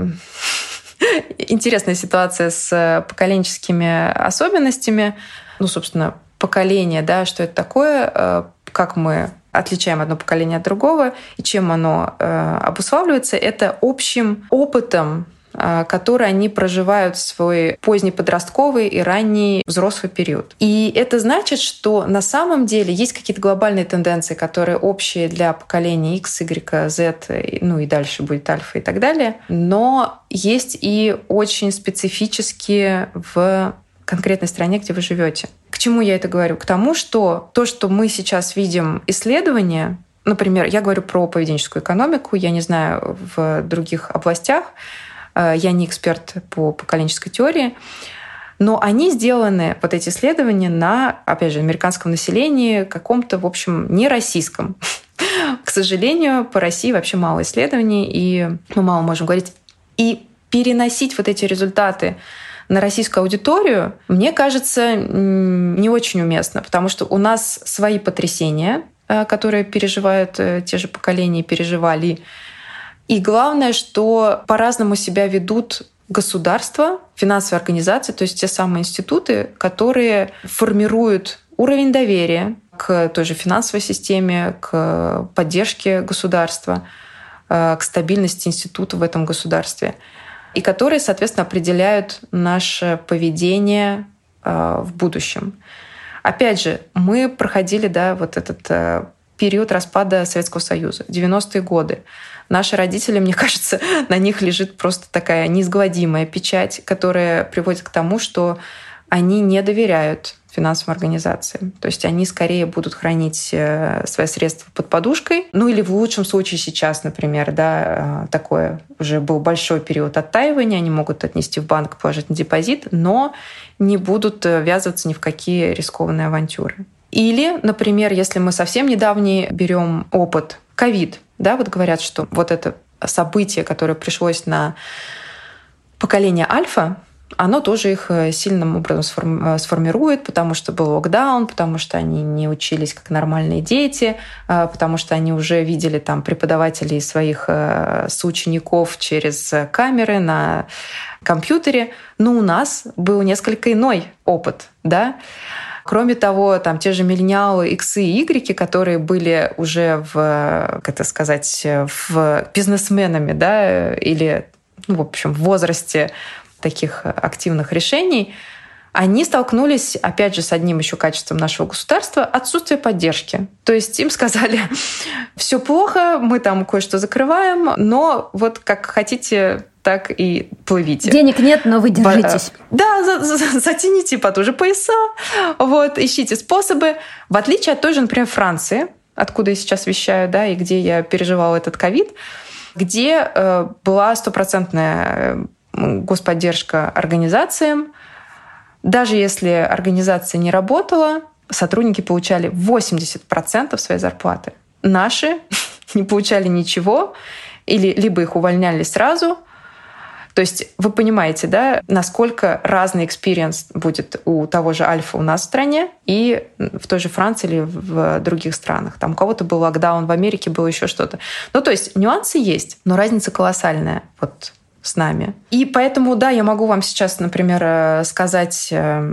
[SPEAKER 2] ситуация с поколенческими особенностями. Ну, собственно, поколение, да, что это такое, как мы отличаем одно поколение от другого, и чем оно обуславливается, это общим опытом, который они проживают в свой поздний подростковый и ранний взрослый период. И это значит, что на самом деле есть какие-то глобальные тенденции, которые общие для поколения X, Y, Z, ну и дальше будет альфа и так далее, но есть и очень специфические в конкретной стране, где вы живете. К чему я это говорю? К тому, что то, что мы сейчас видим исследования, например, я говорю про поведенческую экономику, я не знаю в других областях, я не эксперт по поколенческой теории, но они сделаны, вот эти исследования, на, опять же, американском населении, каком-то, в общем, не российском. К сожалению, по России вообще мало исследований, и мы мало можем говорить. И переносить вот эти результаты на российскую аудиторию, мне кажется, не очень уместно, потому что у нас свои потрясения, которые переживают те же поколения, переживали. И главное, что по-разному себя ведут государства, финансовые организации, то есть те самые институты, которые формируют уровень доверия к той же финансовой системе, к поддержке государства, к стабильности института в этом государстве, и которые, соответственно, определяют наше поведение в будущем. Опять же, мы проходили, да, вот этот период распада Советского Союза, 90-е годы. Наши родители, мне кажется, на них лежит просто такая неизгладимая печать, которая приводит к тому, что они не доверяют финансовым организациям. То есть они скорее будут хранить свои средства под подушкой. Ну или в лучшем случае сейчас, например, да, такое уже был большой период оттаивания, они могут отнести в банк, положить на депозит, но не будут ввязываться ни в какие рискованные авантюры. Или, например, если мы совсем недавний берем опыт, ковид, да, вот говорят, что вот это событие, которое пришлось на поколение альфа, оно тоже их сильным образом сформирует, потому что был локдаун, потому что они не учились как нормальные дети, потому что они уже видели там преподавателей своих соучеников через камеры на компьютере. Но у нас был несколько иной опыт, да. Кроме того, там те же миллениалы, иксы и игреки, которые были уже в бизнесменами, да, или, ну, в общем, в возрасте таких активных решений, они столкнулись, опять же, с одним еще качеством нашего государства — отсутствие поддержки. То есть им сказали: все плохо, мы там кое-что закрываем, но вот как хотите так и плывите.
[SPEAKER 1] Денег нет, но вы держитесь.
[SPEAKER 2] Да, затяните потуже пояса, ищите способы. В отличие от той же, например, Франции, откуда я сейчас вещаю, да, и где я переживала этот ковид, где была стопроцентная господдержка организациям. Даже если организация не работала, сотрудники получали 80% своей зарплаты. Наши не получали ничего, или либо их увольняли сразу. То есть вы понимаете, да, насколько разный экспириенс будет у того же Альфа у нас в стране и в той же Франции или в других странах. Там у кого-то был локдаун, в Америке было еще что-то. То есть нюансы есть, но разница колоссальная с нами. И поэтому, да, я могу вам сейчас, например, сказать,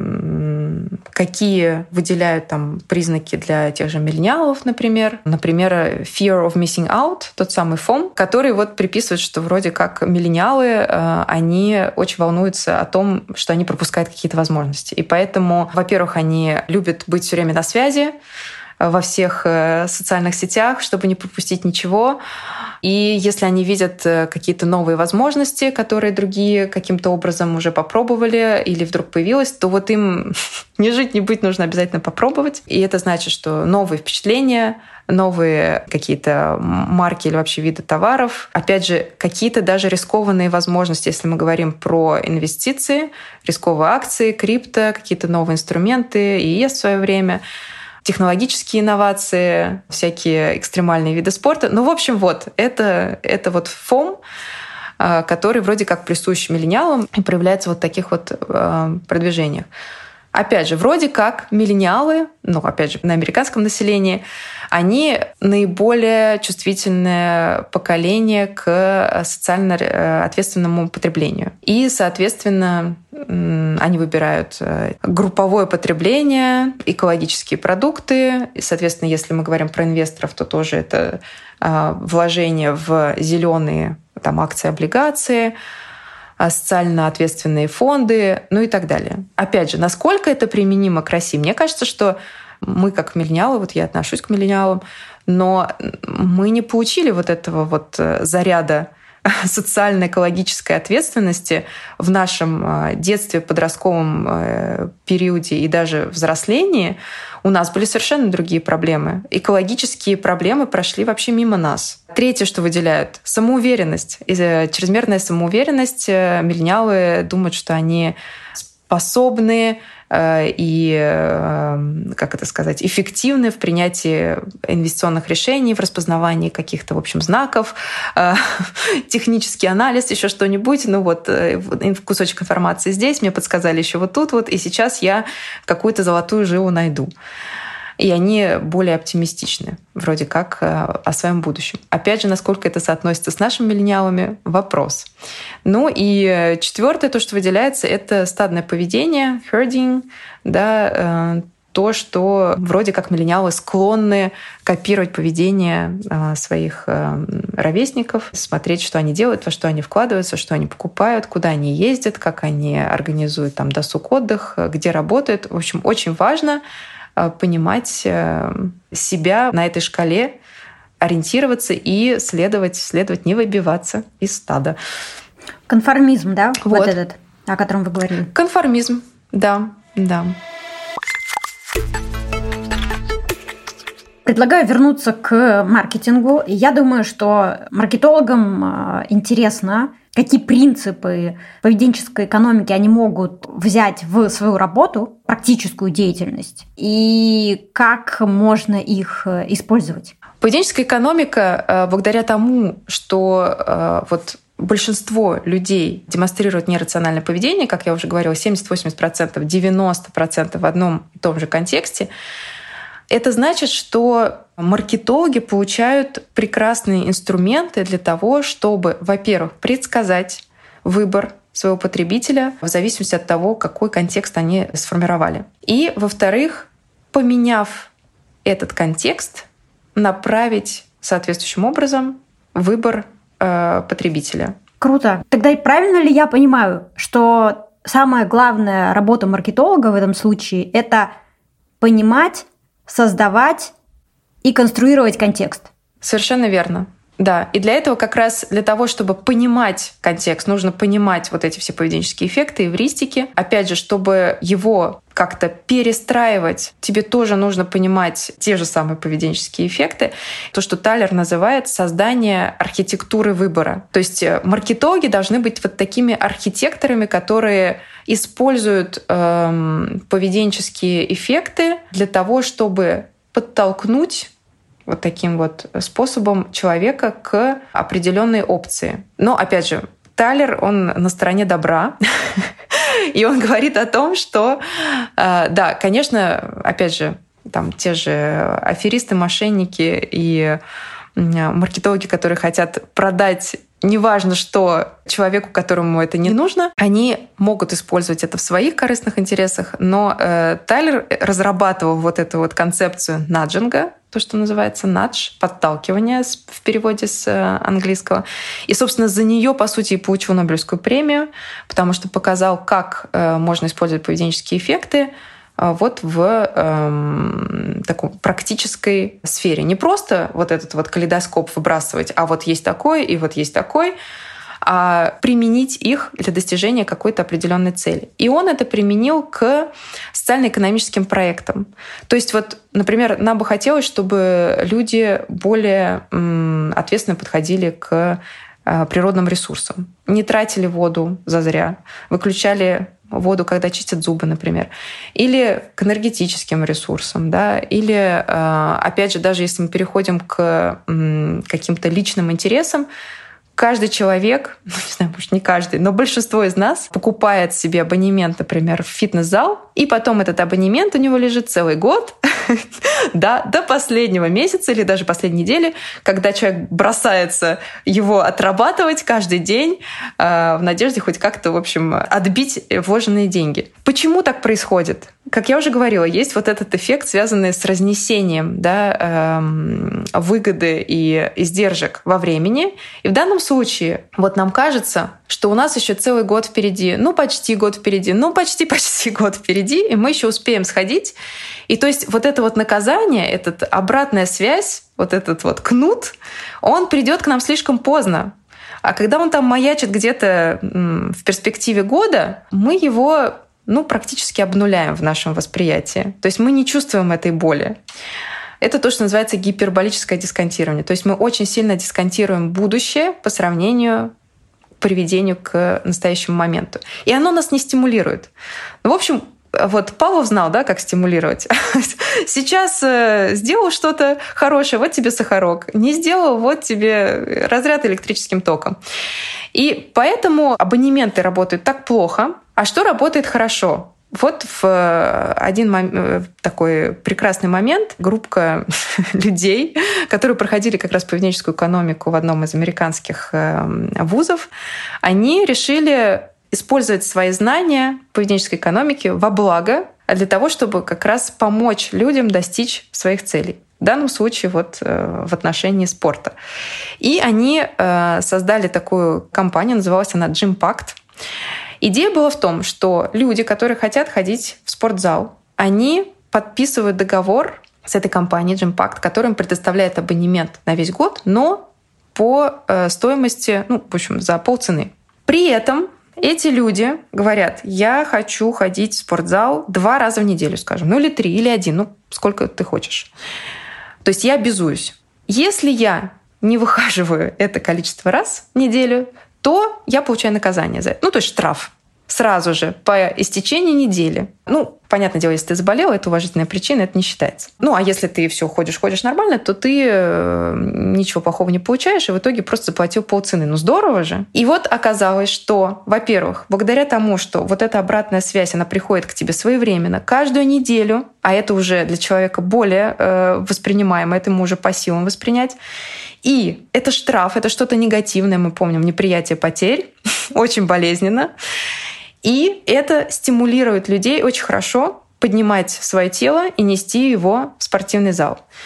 [SPEAKER 2] какие выделяют там признаки для тех же миллениалов, например. Например, fear of missing out, тот самый FOMO, который приписывает, что вроде как миллениалы, они очень волнуются о том, что они пропускают какие-то возможности. И поэтому, во-первых, они любят быть все время на связи во всех социальных сетях, чтобы не пропустить ничего. И если они видят какие-то новые возможности, которые другие каким-то образом уже попробовали или вдруг появилось, то им не жить, не быть, нужно обязательно попробовать. И это значит, что новые впечатления, новые какие-то марки или вообще виды товаров. Опять же, какие-то даже рискованные возможности, если мы говорим про инвестиции, рисковые акции, крипто, какие-то новые инструменты, ИЕС в свое время, технологические инновации, всякие экстремальные виды спорта. В общем, это FOMO, который вроде как присущ миллениалам и проявляется в таких продвижениях. Опять же, вроде как миллениалы, опять же, на американском населении, они наиболее чувствительное поколение к социально ответственному потреблению. И, соответственно, они выбирают групповое потребление, экологические продукты. И, соответственно, если мы говорим про инвесторов, то тоже это вложение в зеленые акции, облигации, социально ответственные фонды, и так далее. Опять же, насколько это применимо к России? Мне кажется, что мы как миллениалы, я отношусь к миллениалам, но мы не получили этого заряда социально-экологической ответственности в нашем детстве, подростковом периоде и даже взрослении. У нас были совершенно другие проблемы. Экологические проблемы прошли вообще мимо нас. Третье, что выделяют — самоуверенность. Чрезмерная самоуверенность. Миллениалы думают, что они способны и, эффективны в принятии инвестиционных решений, в распознавании каких-то, знаков, технический анализ, еще что-нибудь. Кусочек информации здесь, мне подсказали еще тут, и сейчас я какую-то золотую жилу найду. И они более оптимистичны, вроде как, о своем будущем. Опять же, насколько это соотносится с нашими миллениалами — вопрос. И четвертое, то, что выделяется, это стадное поведение, herding, да, то, что вроде как миллениалы склонны копировать поведение своих ровесников, смотреть, что они делают, во что они вкладываются, что они покупают, куда они ездят, как они организуют досуг, отдых, где работают. В общем, очень важно понимать себя на этой шкале, ориентироваться и следовать, не выбиваться из стада.
[SPEAKER 1] Конформизм, да? Этот, о котором вы говорили.
[SPEAKER 2] Конформизм, да.
[SPEAKER 1] Предлагаю вернуться к маркетингу. Я думаю, что маркетологам интересно, какие принципы поведенческой экономики они могут взять в свою работу, практическую деятельность, и как можно их использовать.
[SPEAKER 2] Поведенческая экономика, благодаря тому, что большинство людей демонстрируют нерациональное поведение, как я уже говорила, 70-80%, 90% в одном и том же контексте, это значит, что маркетологи получают прекрасные инструменты для того, чтобы, во-первых, предсказать выбор своего потребителя в зависимости от того, какой контекст они сформировали. И, во-вторых, поменяв этот контекст, направить соответствующим образом выбор потребителя.
[SPEAKER 1] Круто. Тогда и правильно ли я понимаю, что самая главная работа маркетолога в этом случае — это понимать, создавать и конструировать контекст?
[SPEAKER 2] Совершенно верно. Да, и для этого как раз для того, чтобы понимать контекст, нужно понимать вот эти все поведенческие эффекты, эвристики. Опять же, чтобы его как-то перестраивать, тебе тоже нужно понимать те же самые поведенческие эффекты. То, что Талер называет создание архитектуры выбора. То есть маркетологи должны быть вот такими архитекторами, которые используют поведенческие эффекты для того, чтобы подтолкнуть вот таким вот способом человека к определенной опции. Но, опять же, Талер, он на стороне добра, и он говорит о том, что, да, конечно, опять же, там те же аферисты, мошенники и маркетологи, которые хотят продать неважно что человеку, которому это не нужно, они могут использовать это в своих корыстных интересах, но Талер разрабатывал вот эту вот концепцию наджинга, то, что называется надж, подталкивание в переводе с английского. И, собственно, за нее, по сути, и получил Нобелевскую премию, потому что показал, как можно использовать поведенческие эффекты вот в такой практической сфере. Не просто вот этот вот калейдоскоп выбрасывать, а вот есть такой и вот есть такой, а применить их для достижения какой-то определенной цели. И он это применил к социально-экономическим проектам. То есть вот, например, нам бы хотелось, чтобы люди более ответственно подходили к природным ресурсам. Не тратили воду зазря, выключали воду, когда чистят зубы, например, или к энергетическим ресурсам, да, или, опять же, даже если мы переходим к каким-то личным интересам, каждый человек, не знаю, может, не каждый, но большинство из нас покупает себе абонемент, например, в фитнес-зал, и потом этот абонемент у него лежит целый год, да, до последнего месяца или даже последней недели, когда человек бросается его отрабатывать каждый день в надежде хоть как-то, в общем, отбить вложенные деньги. Почему так происходит? Как я уже говорила, есть вот этот эффект, связанный с разнесением, да, выгоды и издержек во времени. И в данном случае вот нам кажется, что у нас еще целый год впереди, ну почти год впереди, ну почти год впереди, и мы еще успеем сходить. И то есть вот это вот наказание, эта обратная связь, вот этот вот кнут, он придет к нам слишком поздно. А когда он там маячит где-то в перспективе года, мы его практически обнуляем в нашем восприятии. То есть мы не чувствуем этой боли. Это то, что называется гиперболическое дисконтирование. То есть мы очень сильно дисконтируем будущее по сравнению к приведению к настоящему моменту. И оно нас не стимулирует. В общем, вот Павлов знал, да, как стимулировать. Сейчас сделал что-то хорошее, вот тебе сахарок. Не сделал, вот тебе разряд электрическим током. И поэтому абонементы работают так плохо. А что работает хорошо? Вот в один такой прекрасный момент группа людей, которые проходили как раз поведенческую экономику в одном из американских вузов, они решили использовать свои знания поведенческой экономики во благо для того, чтобы как раз помочь людям достичь своих целей. В данном случае вот в отношении спорта. И они создали такую компанию, называлась она Gympact. Идея была в том, что люди, которые хотят ходить в спортзал, они подписывают договор с этой компанией Gympact, которая им предоставляет абонемент на весь год, но по стоимости, в общем, за полцены. При этом эти люди говорят: я хочу ходить в спортзал 2 раза в неделю, скажем, или 3, или 1, сколько ты хочешь. То есть я обязуюсь. Если я не выхаживаю это количество раз в неделю, то я получаю наказание за это. То есть штраф. Сразу же, по истечении недели. Понятное дело, если ты заболела, это уважительная причина, это не считается. А если ты все ходишь нормально, то ты ничего плохого не получаешь, и в итоге просто заплатил полцены. Здорово же. И вот оказалось, что, во-первых, благодаря тому, что вот эта обратная связь, она приходит к тебе своевременно, каждую неделю, а это уже для человека более воспринимаемо, это ему уже по силам воспринять. И это штраф, это что-то негативное, мы помним, неприятие потерь, очень болезненно. И это стимулирует людей очень хорошо поднимать свое тело и нести его в спортивный зал.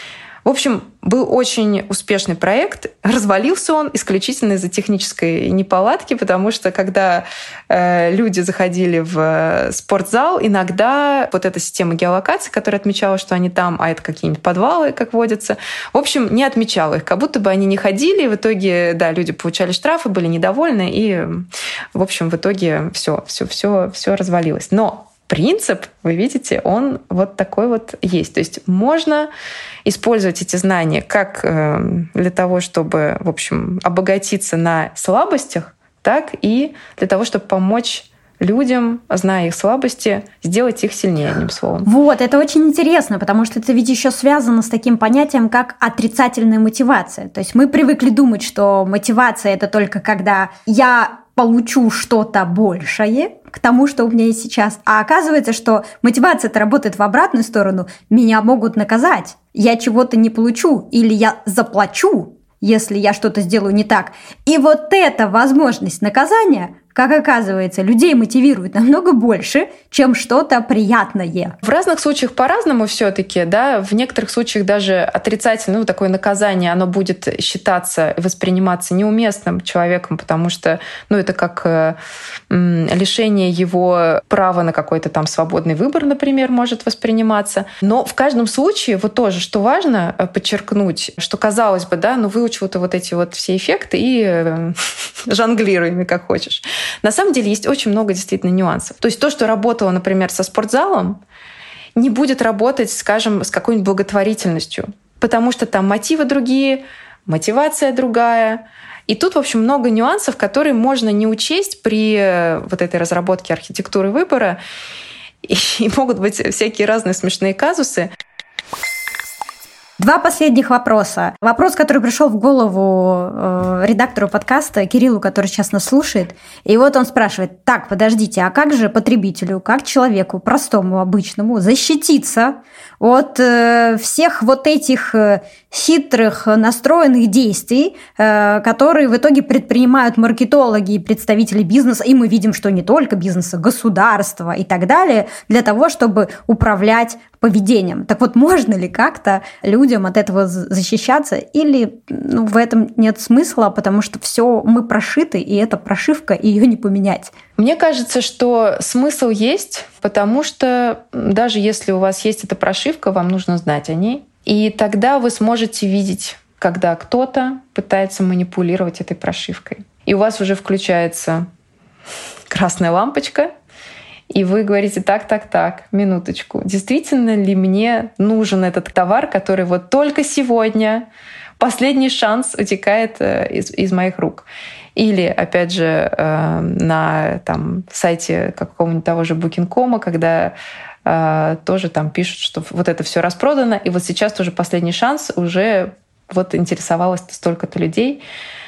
[SPEAKER 2] В общем, был очень успешный проект. Развалился он исключительно из-за технической неполадки, потому что когда люди заходили в спортзал, иногда вот эта система геолокации, которая отмечала, что они там, а это какие-нибудь подвалы, как водится, в общем, не отмечала их, как будто бы они не ходили. В итоге, да, люди получали штрафы, были недовольны, и, в общем, в итоге все развалилось. Но принцип, вы видите, он вот такой вот есть. То есть можно использовать эти знания как для того, чтобы, в общем, обогатиться на слабостях, так и для того, чтобы помочь людям, зная их слабости, сделать их сильнее, одним словом.
[SPEAKER 1] Вот, это очень интересно, потому что это ведь еще связано с таким понятием, как отрицательная мотивация. То есть мы привыкли думать, что мотивация — это только когда я получу что-то большее к тому, что у меня есть сейчас. А оказывается, что мотивация-то работает в обратную сторону. Меня могут наказать. Я чего-то не получу или я заплачу, если я что-то сделаю не так. И вот эта возможность наказания, как оказывается, людей мотивирует намного больше, чем что-то приятное.
[SPEAKER 2] В разных случаях по-разному все-таки, да. В некоторых случаях даже отрицательное, такое наказание, оно будет считаться и восприниматься неуместным человеком, потому что, это как лишение его права на какой-то там свободный выбор, например, может восприниматься. Но в каждом случае вот тоже, что важно подчеркнуть, что, казалось бы, да, выучил ты вот эти вот все эффекты и жонглируй ими как хочешь. На самом деле есть очень много действительно нюансов. То есть то, что работало, например, со спортзалом, не будет работать, скажем, с какой-нибудь благотворительностью, потому что там мотивы другие, мотивация другая. И тут, в общем, много нюансов, которые можно не учесть при вот этой разработке архитектуры выбора. И могут быть всякие разные смешные казусы.
[SPEAKER 1] 2 последних вопроса. Вопрос, который пришел в голову редактору подкаста Кириллу, который сейчас нас слушает. И вот он спрашивает: так, подождите, а как же потребителю, как человеку, простому, обычному, защититься от всех вот этих хитрых настроенных действий, которые в итоге предпринимают маркетологи и представители бизнеса, и мы видим, что не только бизнеса, государства и так далее, для того, чтобы управлять поведением. Так вот, можно ли как-то людям от этого защищаться, или в этом нет смысла, потому что все мы прошиты, и эта прошивка, ее не поменять?
[SPEAKER 2] Мне кажется, что смысл есть, потому что даже если у вас есть эта прошивка, вам нужно знать о ней. И тогда вы сможете видеть, когда кто-то пытается манипулировать этой прошивкой. И у вас уже включается красная лампочка, и вы говорите: так, минуточку, действительно ли мне нужен этот товар, который вот только сегодня, последний шанс утекает из моих рук. Или, опять же, на сайте какого-нибудь того же Booking.com, когда тоже там пишут, что вот это все распродано, и вот сейчас тоже последний шанс, уже вот интересовалось столько-то людей,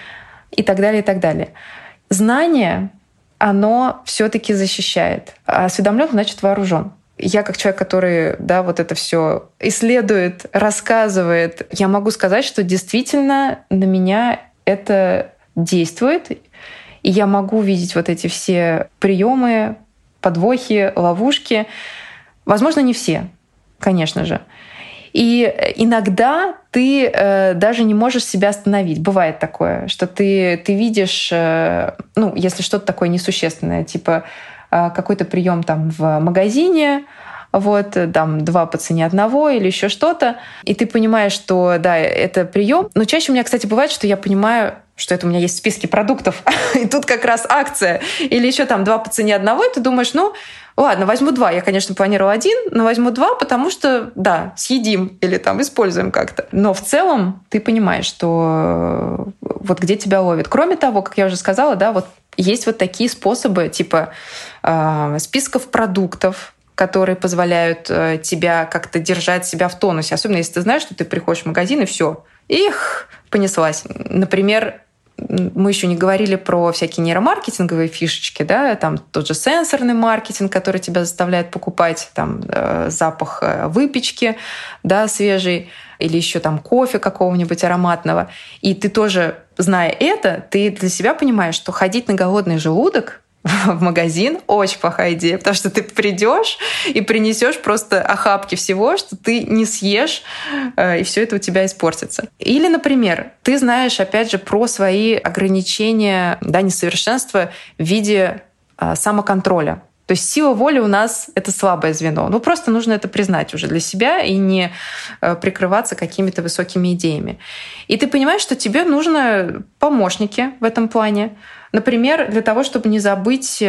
[SPEAKER 2] и так далее, и так далее. Знание, оно все-таки защищает. А осведомлен, значит, вооружен. Я как человек, который, вот это все исследует, рассказывает, я могу сказать, что действительно на меня это действует, и я могу видеть вот эти все приемы, подвохи, ловушки. Возможно, не все, конечно же. И иногда ты даже не можешь себя остановить. Бывает такое, что ты видишь, если что-то такое несущественное, типа какой-то прием в магазине, там 2 по цене 1 или еще что-то, и ты понимаешь, что да, это прием. Но чаще у меня, кстати, бывает, что я понимаю, что это у меня есть в списке продуктов, и тут как раз акция, или еще 2 по цене 1, и ты думаешь, ладно, возьму 2. Я, конечно, планировала 1, но возьму 2, потому что, съедим или используем как-то. Но в целом ты понимаешь, что вот где тебя ловит. Кроме того, как я уже сказала, есть вот такие способы, типа списков продуктов, которые позволяют тебя как-то держать себя в тонусе. Особенно если ты знаешь, что ты приходишь в магазин, и все. Понеслась. Например, мы еще не говорили про всякие нейромаркетинговые фишечки, там тот же сенсорный маркетинг, который тебя заставляет покупать запах выпечки, свежий, или еще кофе какого-нибудь ароматного. И ты тоже, зная это, ты для себя понимаешь, что ходить на голодный желудок в магазин — очень плохая идея, потому что ты придешь и принесешь просто охапки всего, что ты не съешь, и все это у тебя испортится. Или, например, ты знаешь, опять же, про свои ограничения, да, несовершенства в виде самоконтроля. То есть сила воли у нас — это слабое звено. Ну, просто нужно это признать уже для себя и не прикрываться какими-то высокими идеями. И ты понимаешь, что тебе нужны помощники в этом плане. Например, для того, чтобы не забыть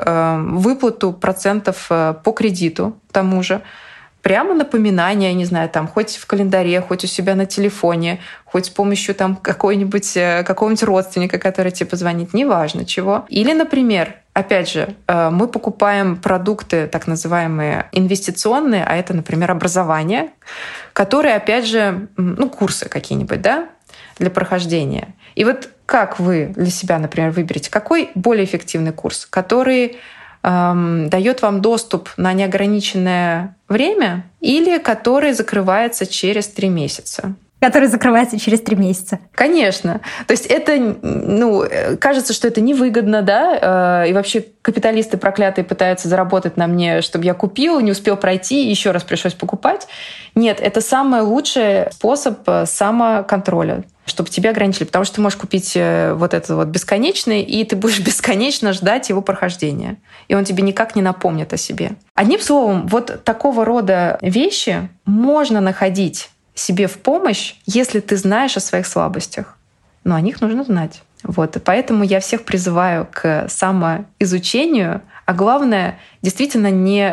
[SPEAKER 2] выплату процентов по кредиту тому же. Прямо напоминание, не знаю, там, хоть в календаре, хоть у себя на телефоне, хоть с помощью там какого-нибудь родственника, который тебе позвонит, неважно чего. Или, например, опять же, мы покупаем продукты, так называемые инвестиционные, а это, например, образование, которые, опять же, курсы какие-нибудь, да, для прохождения. И вот как вы для себя, например, выберете, какой более эффективный курс, который дает вам доступ на неограниченное время или который закрывается через 3 месяца?
[SPEAKER 1] Который закрывается через 3 месяца.
[SPEAKER 2] Конечно. То есть это, кажется, что это невыгодно, да, и вообще капиталисты проклятые пытаются заработать на мне, чтобы я купил, не успел пройти, еще раз пришлось покупать. Нет, это самый лучший способ самоконтроля, чтобы тебя ограничили, потому что ты можешь купить вот этот вот бесконечный, и ты будешь бесконечно ждать его прохождения. И он тебе никак не напомнит о себе. Одним словом, вот такого рода вещи можно находить себе в помощь, если ты знаешь о своих слабостях. Но о них нужно знать. Вот. И поэтому я всех призываю к самоизучению, а главное, действительно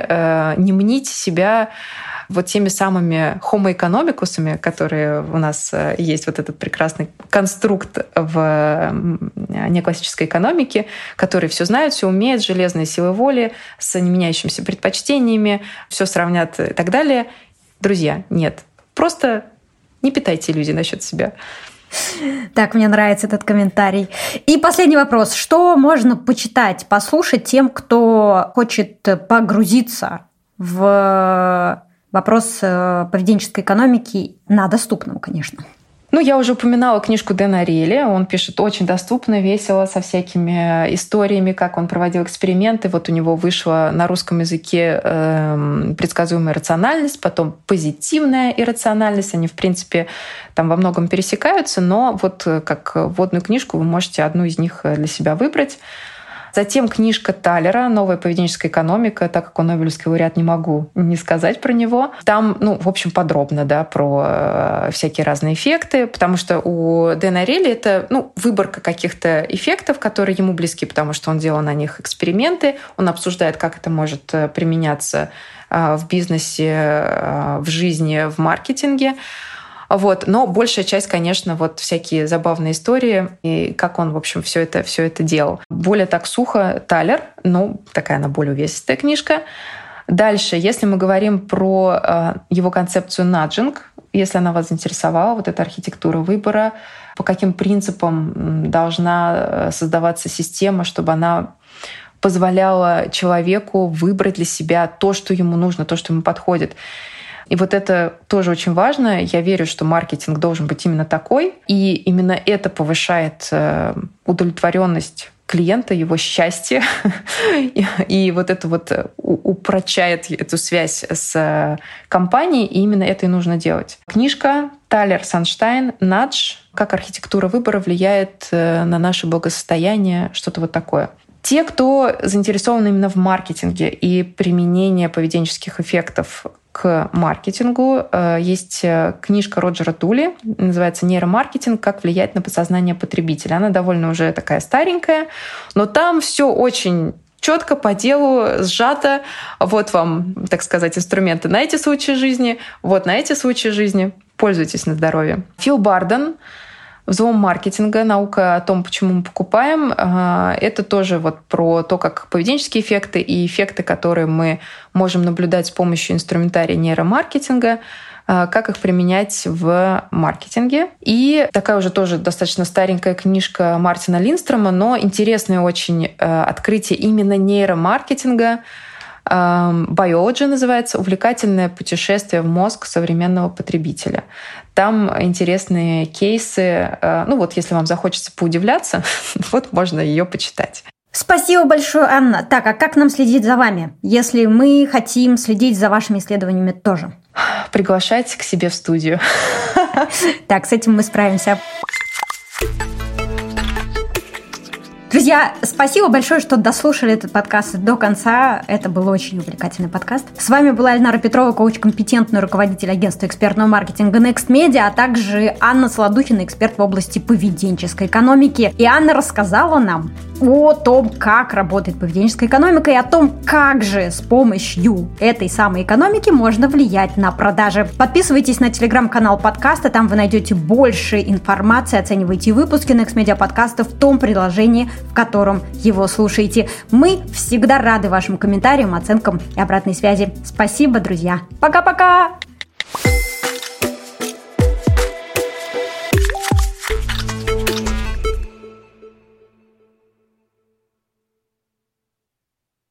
[SPEAKER 2] не мнить себя вот теми самыми homo economicus'ами, которые у нас есть, вот этот прекрасный конструкт в неоклассической экономике, которые все знают, все умеют, железные силы воли, с неменяющимися предпочтениями, все сравнят и так далее. Друзья, нет. Просто не питайте иллюзий насчет себя.
[SPEAKER 1] Так, мне нравится этот комментарий. И последний вопрос. Что можно почитать, послушать тем, кто хочет погрузиться в вопрос поведенческой экономики на доступном, конечно?
[SPEAKER 2] Я уже упоминала книжку Дэна Ариэля. Он пишет очень доступно, весело, со всякими историями, как он проводил эксперименты. Вот у него вышла на русском языке предсказуемая рациональность, потом позитивная иррациональность. Они, в принципе, там во многом пересекаются, но вот как вводную книжку вы можете одну из них для себя выбрать. Затем книжка Талера «Новая поведенческая экономика». Так как он Нобелевский лауреат, не могу не сказать про него. Там, в общем, подробно, да, про всякие разные эффекты, потому что у Дэна Ариэля это, выборка каких-то эффектов, которые ему близки, потому что он делал на них эксперименты, он обсуждает, как это может применяться в бизнесе, в жизни, в маркетинге. Вот. Но большая часть, конечно, вот всякие забавные истории и как он, в общем, все это делал. Более так сухо Талер, такая она более увесистая книжка. Дальше, если мы говорим про его концепцию наджинг, если она вас заинтересовала, вот эта архитектура выбора, по каким принципам должна создаваться система, чтобы она позволяла человеку выбрать для себя то, что ему нужно, то, что ему подходит. И вот это тоже очень важно. Я верю, что маркетинг должен быть именно такой. И именно это повышает удовлетворенность клиента, его счастье. И вот это вот упрочает эту связь с компанией. И именно это и нужно делать. Книжка Талер Санштайн «Надж. Как архитектура выбора влияет на наше благосостояние». Что-то вот такое. Те, кто заинтересован именно в маркетинге и применении поведенческих эффектов к маркетингу, есть книжка Роджера Тули, называется «Нейромаркетинг. Как влиять на подсознание потребителя». Она довольно уже такая старенькая, но там все очень четко по делу, сжато. Вот вам, так сказать, инструменты на эти случаи жизни, вот на эти случаи жизни. Пользуйтесь на здоровье. Фил Барден «Взлом маркетинга. Наука о том, почему мы покупаем». Это тоже вот про то, как поведенческие эффекты и эффекты, которые мы можем наблюдать с помощью инструментария нейромаркетинга, как их применять в маркетинге. И такая уже тоже достаточно старенькая книжка Мартина Линдстрома, но интересное очень открытие именно нейромаркетинга. Biology называется «Увлекательное путешествие в мозг современного потребителя». Там интересные кейсы. Вот если вам захочется поудивляться, вот можно ее почитать.
[SPEAKER 1] Спасибо большое, Анна. Так, а как нам следить за вами, если мы хотим следить за вашими исследованиями тоже?
[SPEAKER 2] Приглашайте к себе в студию.
[SPEAKER 1] Так, с этим мы справимся. Друзья, спасибо большое, что дослушали этот подкаст до конца. Это был очень увлекательный подкаст. С вами была Эльнара Петрова, коуч-компетентный руководитель агентства экспертного маркетинга Next Media, а также Анна Солодухина, эксперт в области поведенческой экономики. И Анна рассказала нам о том, как работает поведенческая экономика и о том, как же с помощью этой самой экономики можно влиять на продажи. Подписывайтесь на телеграм-канал подкаста, там вы найдете больше информации, оценивайте выпуски Next Media подкаста в том приложении, в котором его слушаете. Мы всегда рады вашим комментариям, оценкам и обратной связи. Спасибо, друзья. Пока-пока!